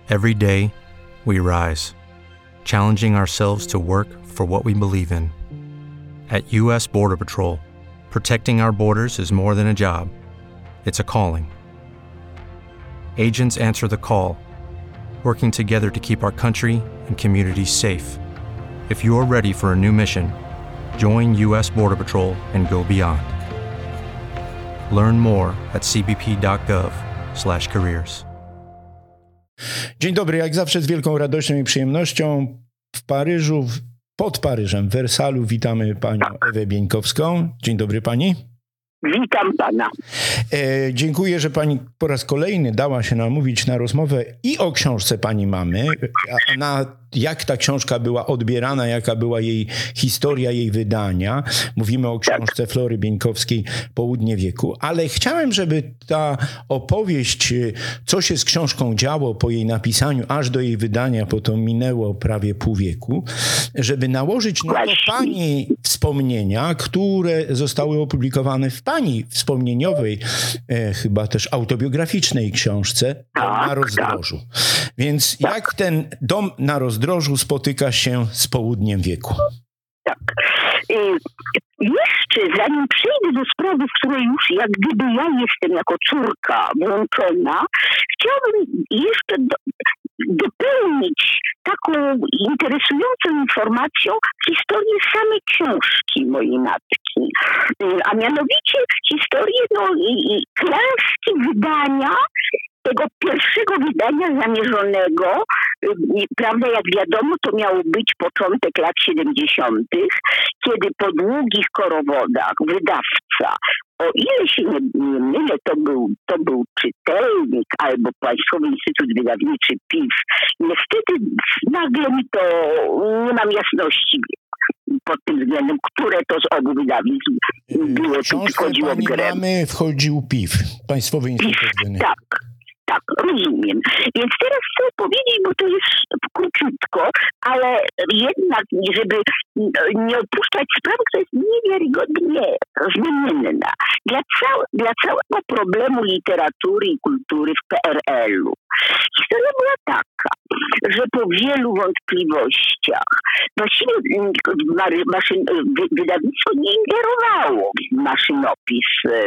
Every day, we rise, challenging ourselves to work for what we believe in. At U.S. Border Patrol, protecting our borders is more than a job. It's a calling. Agents answer the call, working together to keep our country and communities safe. If you're ready for a new mission, join U.S. Border Patrol and go beyond. Learn more at cbp.gov/careers. Dzień dobry, jak zawsze z wielką radością i przyjemnością w Paryżu, pod Paryżem, w Wersalu witamy panią Ewę Bieńkowską. Dzień dobry pani. Witam pana. Dziękuję, że pani po raz kolejny dała się namówić na rozmowę i o książce pani mamy, jak ta książka była odbierana, jaka była jej historia, jej wydania. Mówimy o książce Flory Bieńkowskiej Południe wieku, ale chciałem, żeby ta opowieść, co się z książką działo po jej napisaniu, aż do jej wydania, bo to minęło prawie pół wieku, żeby nałożyć na to pani wspomnienia, które zostały opublikowane w pani wspomnieniowej, chyba też autobiograficznej książce Na rozdrożu. Więc jak ten dom na rozdrożu spotyka się z Południem wieku? Tak. Jeszcze zanim przejdę do sprawy, w której już jak gdyby ja jestem jako córka włączona, chciałabym jeszcze dopełnić taką interesującą informacją historię samej książki mojej matki. A mianowicie historię klęski wydania tego pierwszego wydania zamierzonego, prawda, jak wiadomo, to miał być początek lat 70., kiedy po długich korowodach wydawca, o ile się nie mylę, to był czytelnik albo Państwowy Instytut Wydawniczy PIW. Niestety nagle mi to, nie mam jasności pod tym względem, które to z obu wydawnictw było, czy wchodziło w grę. Wchodził PIW, Państwowy Instytut Wydawniczy. Tak, rozumiem. Więc teraz chcę powiedzieć, bo to jest króciutko, ale jednak, żeby nie opuszczać sprawy, która jest niewiarygodnie znamienna dla całego problemu literatury i kultury w PRL-u. Historia była taka, że po wielu wątpliwościach właściwie wydawnictwo nie ingerowało w maszynopis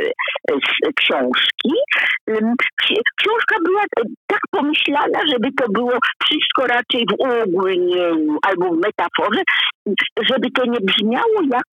książki. Książka była tak pomyślana, żeby to było wszystko raczej w uogólnieniu albo w metaforze, żeby to nie brzmiało jak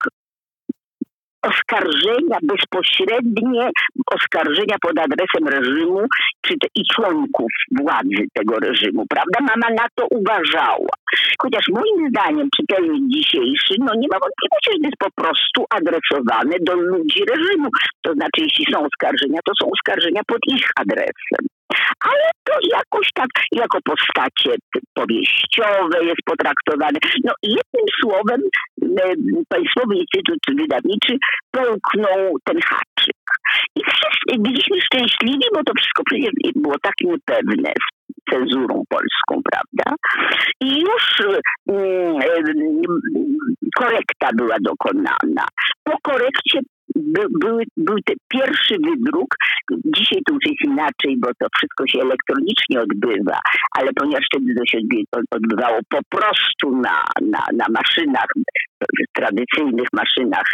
oskarżenia bezpośrednie, oskarżenia pod adresem reżimu i członków władzy tego reżimu, prawda? Mama na to uważała. Chociaż moim zdaniem czytelnik dzisiejszy, nie ma wątpliwości, że to jest po prostu adresowane do ludzi reżimu. To znaczy, jeśli są oskarżenia, to są oskarżenia pod ich adresem. Ale to jakoś tak, jako postacie powieściowe jest potraktowane. Jednym słowem Państwowy Instytut Wydawniczy połknął ten haczyk. I wszyscy byliśmy szczęśliwi, bo to wszystko przecież było tak niepewne z cenzurą polską, prawda? I już korekta była dokonana. Po korekcie był ten pierwszy wydruk. Dzisiaj to już jest inaczej, bo to wszystko się elektronicznie odbywa, ale ponieważ wtedy to się odbywało po prostu na maszynach, tradycyjnych maszynach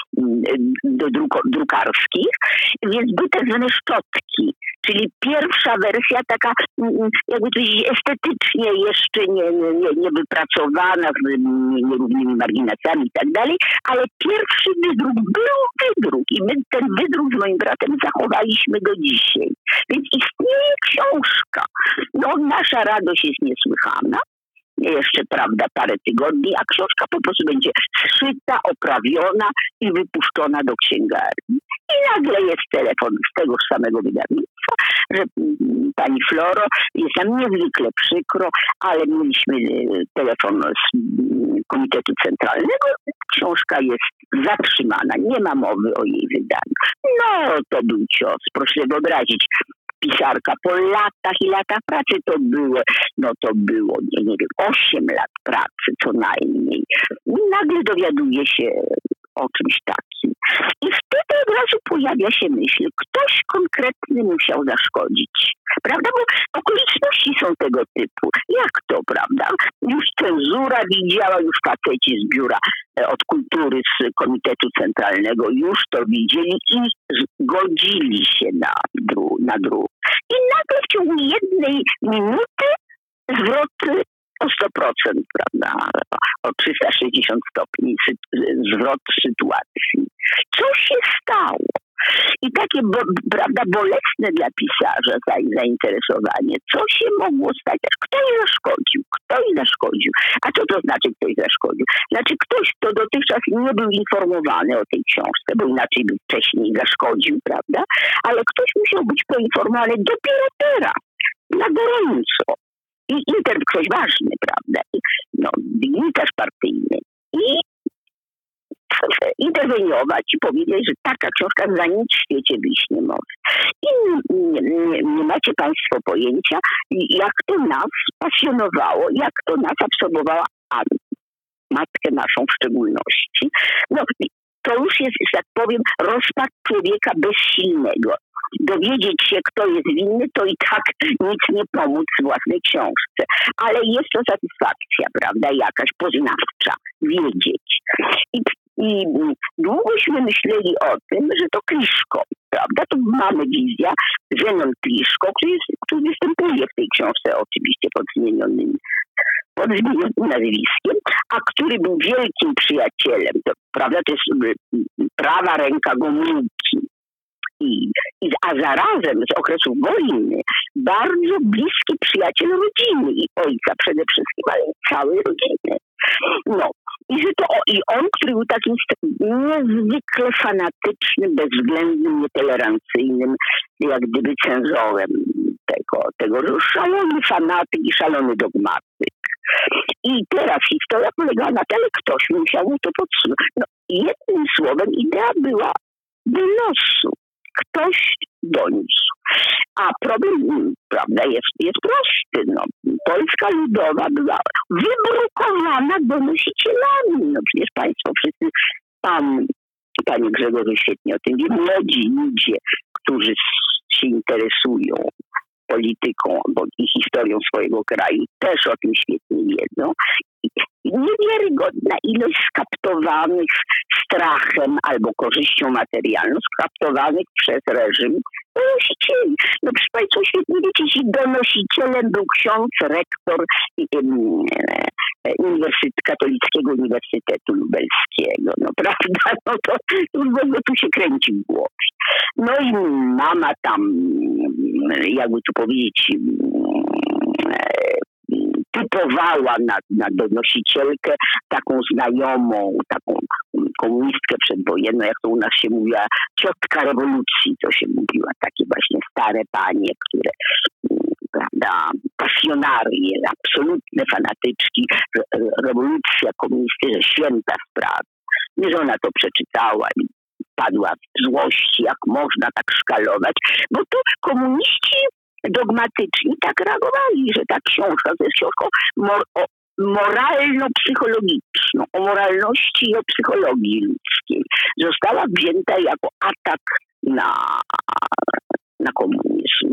drukarskich, więc były tak zwane szczotki, czyli pierwsza wersja taka, jakby to powiedzieć, estetycznie jeszcze nie wypracowana, z nierównymi marginacjami i tak dalej, ale pierwszy wydruk był wydruk i my ten wydruk z moim bratem zachowaliśmy do dzisiaj. Więc istnieje książka. Nasza radość jest niesłychana. Jeszcze, prawda, parę tygodni, a książka po prostu będzie zszyta, oprawiona i wypuszczona do księgarni. I nagle jest telefon z tegoż samego wydawnictwa, że pani Floro, jest nam niezwykle przykro, ale mieliśmy telefon z Komitetu Centralnego, książka jest zatrzymana, nie ma mowy o jej wydaniu. To był cios, proszę sobie wyobrazić. Pisarka po latach i latach pracy to było, nie wiem, 8 lat pracy co najmniej. I nagle dowiaduje się o czymś takim. I wtedy to od razu pojawia się myśl, ktoś konkretny musiał zaszkodzić, prawda? Bo okoliczności są tego typu. Jak to, prawda? Już cenzura widziała, już faceci z biura od kultury, z Komitetu Centralnego już to widzieli i zgodzili się na druk. I nagle w ciągu jednej minuty zwrot o 100%, prawda? O 360 stopni zwrot sytuacji. Co się stało? I takie, prawda, bolesne dla pisarza zainteresowanie. Co się mogło stać? Ktoś zaszkodził. A co to znaczy ktoś zaszkodził? Znaczy ktoś, kto dotychczas nie był informowany o tej książce, bo inaczej by wcześniej zaszkodził, prawda? Ale ktoś musiał być poinformowany dopiero teraz, na gorąco. I ktoś ważny, prawda? Dziennikarz partyjny. I interweniować i powiedzieć, że taka książka za nic w świecie wyjść nie może. I nie macie Państwo pojęcia, jak to nas pasjonowało, jak to nas absorbowała matkę naszą w szczególności. To już jest, że tak powiem, rozpad człowieka bezsilnego. Dowiedzieć się, kto jest winny, to i tak nic nie pomóc własnej książce. Ale jest to satysfakcja, prawda, jakaś poznawcza, wiedzieć. I długośmy myśleli o tym, że to Kliszko, prawda? To mamy wizja, Zenon Kliszko, który występuje w tej książce oczywiście pod zmienionym nazwiskiem, a który był wielkim przyjacielem, to, prawda, to jest prawa ręka Gomułki. A zarazem z okresu wojny bardzo bliski przyjaciel rodziny i ojca przede wszystkim, ale i całej rodziny. I on, który był takim niezwykle fanatycznym, bezwzględnym, nietolerancyjnym, jak gdyby cenzorem tego szalony fanatyk i szalony dogmatyk. I teraz historia polegała na tym, że ktoś musiał mu to podsunąć. Jednym słowem idea była do losu. Ktoś doniósł. A problem, prawda, jest prosty. Polska Ludowa była wybrukowana donosicielami. Przecież Państwo wszyscy, Panie Grzegorzu świetnie o tym wie, młodzi ludzie, którzy się interesują polityką i historią swojego kraju, też o tym świetnie wiedzą. Niewiarygodna ilość skaptowanych strachem albo korzyścią materialną, skaptowanych przez reżim donosicieli. Proszę Państwa, świetnie wiecie, jeśli donosicielem był ksiądz rektor Katolickiego Uniwersytetu Lubelskiego, prawda? To już w ogóle tu się kręci w głowie. I mama tam, jakby tu powiedzieć, typowała na donosicielkę taką znajomą, taką komunistkę przedwojenną, jak to u nas się mówiła, ciotka rewolucji, to się mówiła, takie właśnie stare panie, które, prawda, pasjonarie, absolutne fanatyczki, rewolucja komunistyczna, święta sprawa. Nie, że ona to przeczytała i padła w złości, jak można tak szkalować, bo to komuniści dogmatyczni tak reagowali, że ta książka to jest książką moralno-psychologiczną, o moralności i o psychologii ludzkiej. Została wzięta jako atak na komunizm.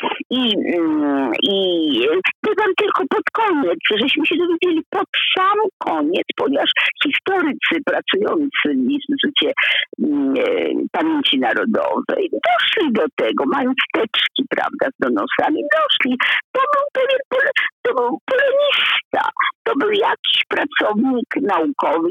I dodam tylko pod koniec, żeśmy się dowiedzieli pod sam koniec, ponieważ historycy pracujący w Instytucie Pamięci Narodowej doszli do tego, mając teczki, prawda, z donosami, doszli. To był polemista, to był jakiś pracownik naukowy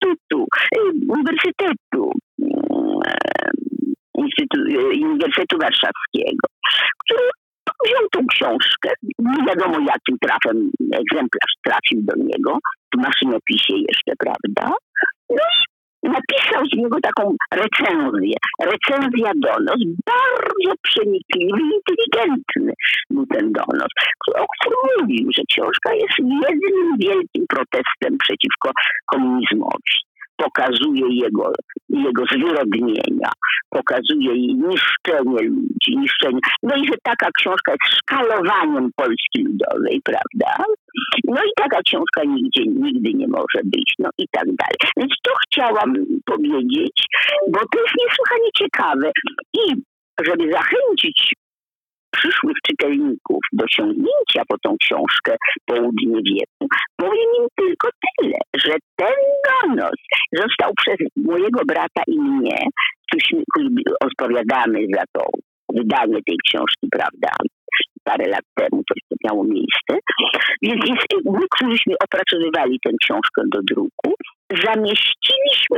Uniwersytetu Warszawskiego, który wziął tą książkę, nie wiadomo jakim trafem egzemplarz trafił do niego, w maszynopisie jeszcze, prawda? I napisał z niego taką recenzja donos, bardzo przenikliwy i inteligentny był ten donos, o którym mówił, że książka jest jednym wielkim protestem przeciwko komunizmowi. pokazuje jego zwyrodnienia, pokazuje niszczenie ludzi, No i że taka książka jest szkalowaniem Polski Ludowej, prawda? No i taka książka nigdy nie może być, no i tak dalej. Więc to chciałam powiedzieć, bo to jest niesłychanie ciekawe. I żeby zachęcić przyszłych czytelników do sięgnięcia po tą książkę Południe wieku, powiem im tylko tyle, że ten donos został przez mojego brata i mnie, któryśmy odpowiadamy za to wydanie tej książki, prawda, parę lat temu to miało miejsce, więc my, któryśmy opracowywali tę książkę do druku, zamieściliśmy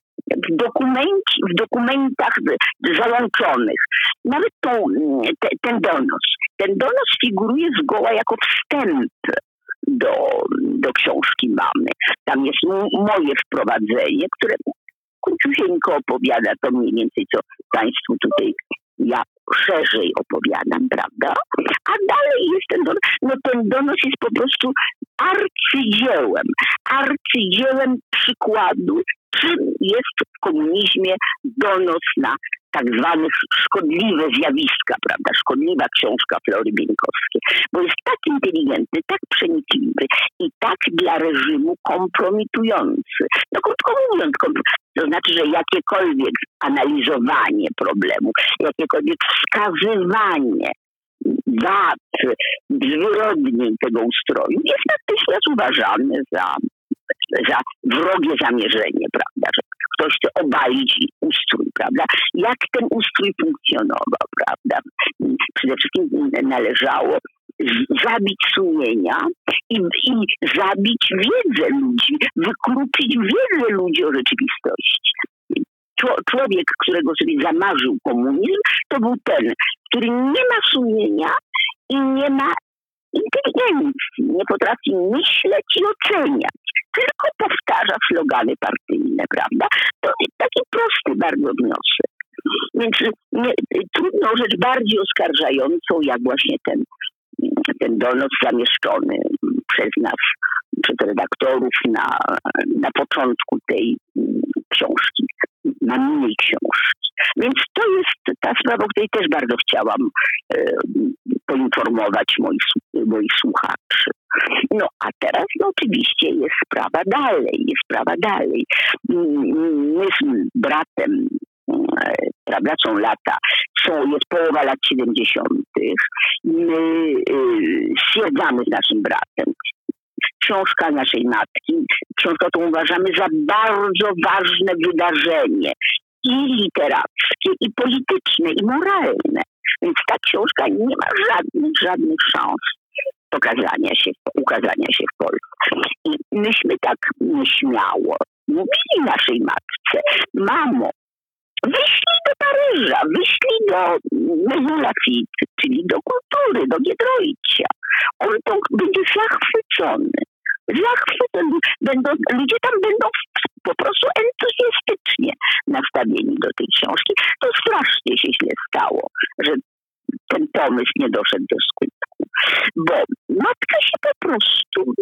w dokumentach załączonych nawet ten donos. Ten donos figuruje zgoła jako wstęp do książki mamy. Tam jest moje wprowadzenie, które króciusieńko opowiada to mniej więcej, co Państwu tutaj ja szerzej opowiadam, prawda? A dalej jest ten donos. No ten donos jest po prostu arcydziełem przykładu, czym jest w komunizmie donos na tak zwane szkodliwe zjawiska, prawda? Szkodliwa książka Flory Bieńkowskiej. Bo jest tak inteligentny, tak przenikliwy i tak dla reżimu kompromitujący. No krótko mówiąc, to znaczy, że jakiekolwiek analizowanie problemu, jakiekolwiek wskazywanie wad, zwyrodnień tego ustroju jest natychmiast uważane za wrogie zamierzenie, prawda, że ktoś chce obalić ustrój, prawda, jak ten ustrój funkcjonował, prawda. Przede wszystkim należało zabić sumienia i zabić wiedzę ludzi, wykluczyć wiedzę ludzi o rzeczywistości. Człowiek, którego sobie zamarzył komunizm, to był ten, który nie ma sumienia i nie ma inteligencji, nie potrafi myśleć i oceniać, tylko powtarza slogany partyjne, prawda? To jest taki prosty bardzo wniosek. Więc trudno rzecz bardziej oskarżającą, jak właśnie ten donos zamieszczony przez nas, przez redaktorów na początku tej książki, maminej książki. Więc to jest ta sprawa, o której też bardzo chciałam poinformować moich słuchaczy. No a teraz oczywiście jest sprawa dalej. My z bratem, prawda, jest połowa lat 70. My stwierdzamy z naszym bratem, książka naszej matki, książkę tą uważamy za bardzo ważne wydarzenie i literackie, i polityczne, i moralne. Więc ta książka nie ma żadnych szans ukazania się w Polsce. I myśmy tak nieśmiało mówili naszej matce: mamo, wyślij do Paryża, wyślij do Maison Lafitte, czyli do kultury, do Giedroycia. On to będzie zachwycony. Ludzie tam będą po prostu entuzjastycznie nastawieni do tej książki. To strasznie się źle stało, że ten pomysł nie doszedł do skutku. Bo matka się po prostu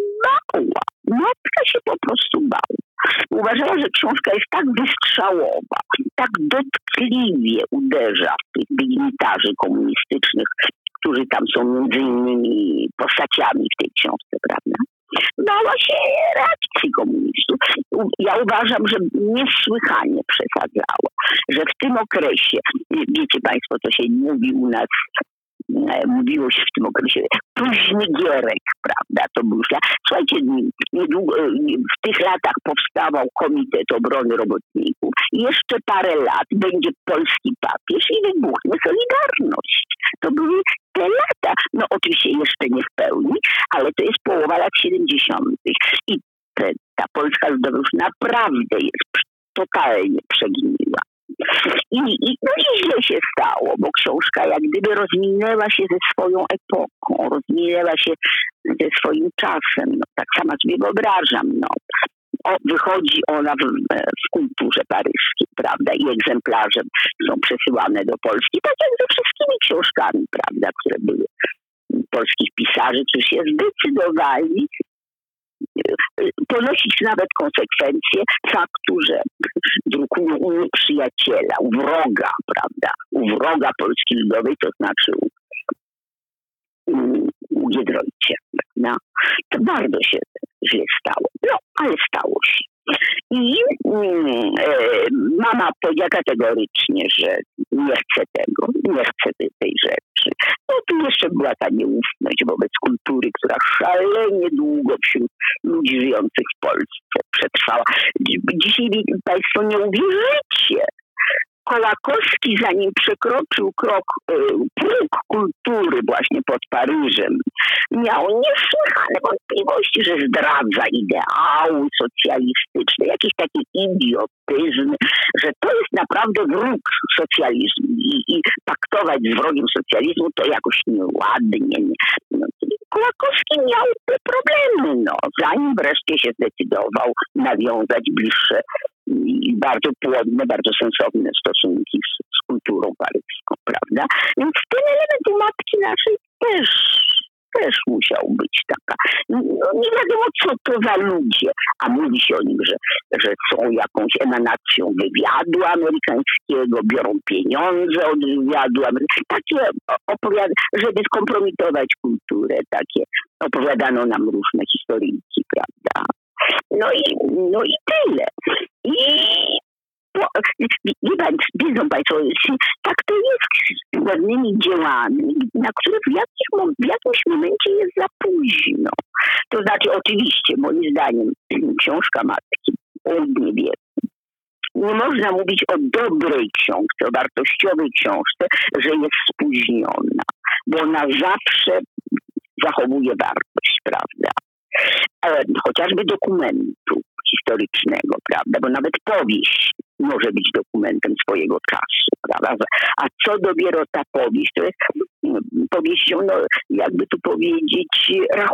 bała. Uważała, że książka jest tak wystrzałowa, tak dotkliwie uderza w tych dygnitarzy komunistycznych, którzy tam są między innymi postaciami w tej książce, prawda? Bała się reakcji komunistów. Ja uważam, że niesłychanie przesadzała, że w tym okresie, wiecie Państwo, co się mówi u nas, mówiło się w tym okresie późny Gierek, prawda, to był słuchajcie, niedługo, w tych latach powstawał Komitet Obrony Robotników i jeszcze parę lat będzie polski papież i wybuchnie Solidarność. To były te lata, no oczywiście jeszcze nie w pełni, ale to jest połowa lat 70. I ta Polska Ludowa już naprawdę jest totalnie przegniła. I źle się stało, bo książka jak gdyby rozminęła się ze swoją epoką, rozminęła się ze swoim czasem. No, tak sama sobie wyobrażam. Wychodzi ona w kulturze paryskiej, prawda, i egzemplarze są przesyłane do Polski, tak jak ze wszystkimi książkami, prawda, które były polskich pisarzy, którzy się zdecydowali ponosić nawet konsekwencje faktu, że drukują u nieprzyjaciela, u wroga, prawda? U wroga Polski Ludowej, to znaczy u Giedroycia. No, to bardzo się źle stało. No, ale stało się. I mama powiedziała kategorycznie, że nie chce tego, nie chce tej rzeczy. No tu jeszcze była ta nieufność wobec kultury, która szalenie długo wśród ludzi żyjących w Polsce przetrwała. Dzisiaj Państwo nie uwierzycie. Kołakowski, zanim przekroczył próg kultury właśnie pod Paryżem, miał niesłychane wątpliwości, że zdradza ideały socjalistyczne, jakiś taki idiotyzm, że to jest naprawdę wróg socjalizmu i paktować z wrogiem socjalizmu to jakoś nieładnie. No, Kołakowski miał te problemy, zanim wreszcie się zdecydował nawiązać bliższe i bardzo płodne, bardzo sensowne stosunki z kulturą paryską, prawda? Więc ten element u matki naszej też musiał być taka. Nie wiadomo, co to za ludzie, a mówi się o nim, że są jakąś emanacją wywiadu amerykańskiego, biorą pieniądze od wywiadu amerykańskiego. Takie żeby skompromitować kulturę, takie opowiadano nam różne historyjki, prawda? No i tyle. I wiedzą Państwo, tak to jest z pewnymi dziełami, na które w jakimś momencie jest za późno. To znaczy oczywiście, moim zdaniem, książka matki, Południe wieku. Nie można mówić o dobrej książce, o wartościowej książce, że jest spóźniona, bo ona zawsze zachowuje wartość, prawda? Chociażby dokumentu historycznego, prawda? Bo nawet powieść może być dokumentem swojego czasu, prawda? A co dopiero ta powieść? To jest powieścią, jakby tu powiedzieć,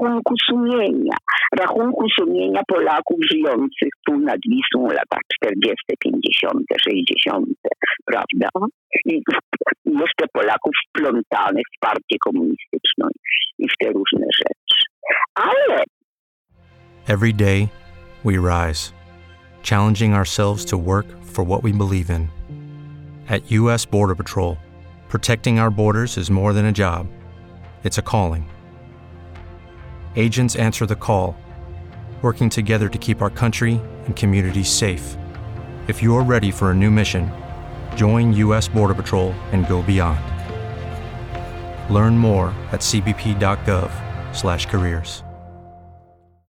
rachunku sumienia Polaków żyjących tu nad Wisłą w latach 40., 50., 60., prawda? I jeszcze Polaków wplątanych w partię komunistyczną i w te różne rzeczy. Ale every day we rise, challenging ourselves to work for what we believe in. At U.S. Border Patrol, protecting our borders is more than a job. It's a calling. Agents answer the call, working together to keep our country and communities safe. If you're ready for a new mission, join U.S. Border Patrol and go beyond. Learn more at cbp.gov/careers.